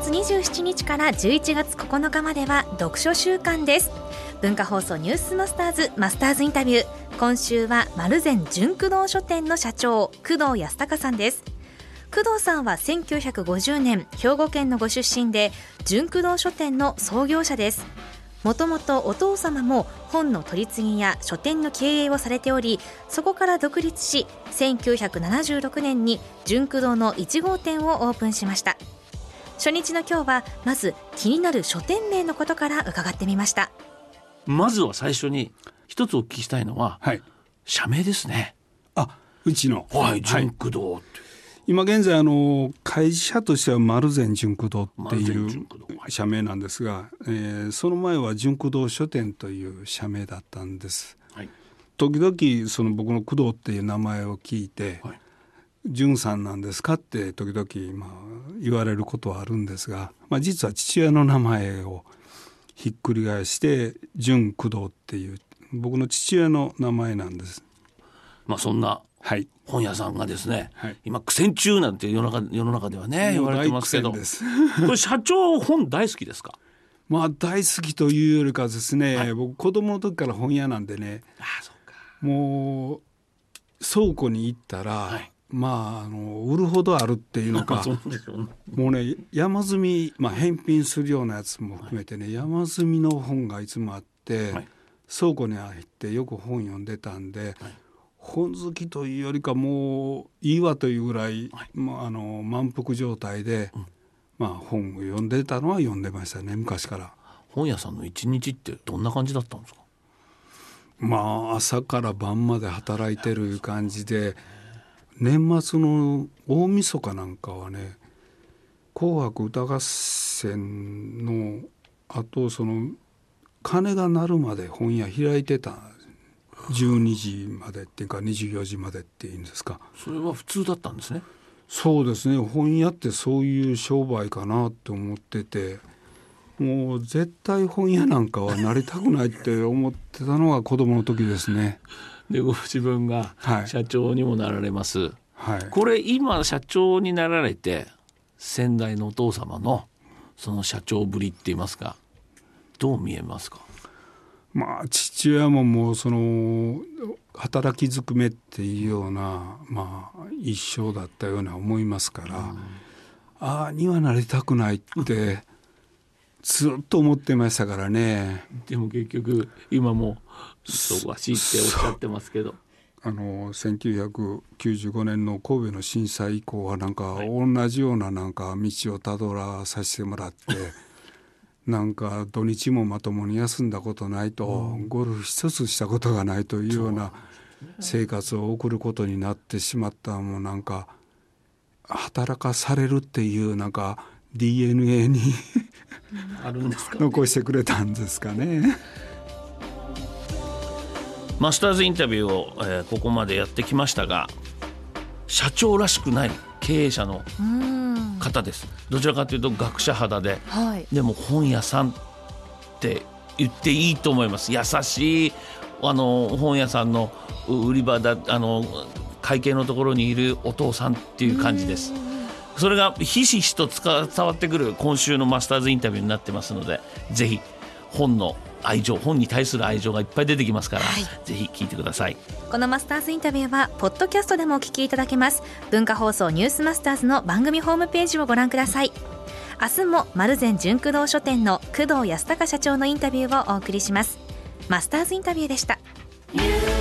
月27日から11月9日までは読書週間です。文化放送ニュースマスターズマスターズインタビュー、今週は丸善純駆動書店の社長工藤康隆さんです。工藤さんは1950年兵庫県のご出身で、純駆動書店の創業者です。もともとお父様も本の取り次ぎや書店の経営をされており、そこから独立し1976年に純駆動の1号店をオープンしました。初日の今日はまず気になる書店名のことから伺ってみました。 まずは最初に一つお聞きしたいのは、 はい、 社名ですね。 うちの、 純駆動って、 今現在会社としては丸善純駆動っていう社名なんですが、その前は純駆動書店という社名だったんです、はい、時々その僕の工藤っていう名前を聞いて、はい、純さんなんですかって時々言われることはあるんですが、実は父親の名前をひっくり返して純駆動っていう僕の父親の名前なんです。 そんな本屋さんがですね、はい、今苦戦中なんて世の中ではね言われてますけど、これ社長本大好きですか？ 大好きというよりかですね、はい、僕子供の時から本屋なんでね、 そうか、 もう倉庫に行ったら、はい、売るほどあるっていうのかそうでしょうね、 もうね山積み、返品するようなやつも含めてね、はい、山積みの本がいつもあって、はい、倉庫に入ってよく本読んでたんで、はい、本好きというよりかもういいわというぐらい、はい、満腹状態で、本を読んでたのは読んでましたね、昔から。 本屋さんの一日ってどんな感じだったんですか？ 朝から晩まで働いてる感じで、年末の大晦日なんかはね、紅白歌合戦のあとその鐘が鳴るまで本屋開いてた。12時までっていうか24時までっていうんですか。 それは普通だったんですね。 そうですね、本屋ってそういう商売かなと思ってて、もう絶対本屋なんかはなりたくないって思ってたのが子供の時ですね。 でご自分が社長にもなられます、 はい、 これ今社長になられて先代のお父様のその社長ぶりって言いますか、どう見えますか？ 父親ももうその働きずくめっていうような、一生だったような思いますから、にはなりたくないってずっと思ってましたからね。 でも結局今も忙しいっておっしゃってますけど、 1995年の神戸の震災以降はなんか同じようななんか道をたどらさせてもらってなんか土日もまともに休んだことないと、ゴルフ一つしたことがないというような生活を送ることになってしまった。もうなんか働かされるっていうなんか DNA にあるんですかね、 残してくれたんですかね。 マスターズインタビューを、ここまでやってきましたが、社長らしくない経営者の方です。どちらかというと学者肌で、でも本屋さんって言っていいと思います。優しい本屋さんの売り場だ、会計のところにいるお父さんっていう感じです。それがひしひしと伝わってくる今週のマスターズインタビューになってますので、ぜひ本の愛情、本に対する愛情がいっぱい出てきますから、ぜひ聞いてください。 このマスターズインタビューはポッドキャストでもお聞きいただけます。文化放送ニュースマスターズの番組ホームページをご覧ください。明日も丸善純駆動書店の工藤康隆社長のインタビューをお送りします。マスターズインタビューでした。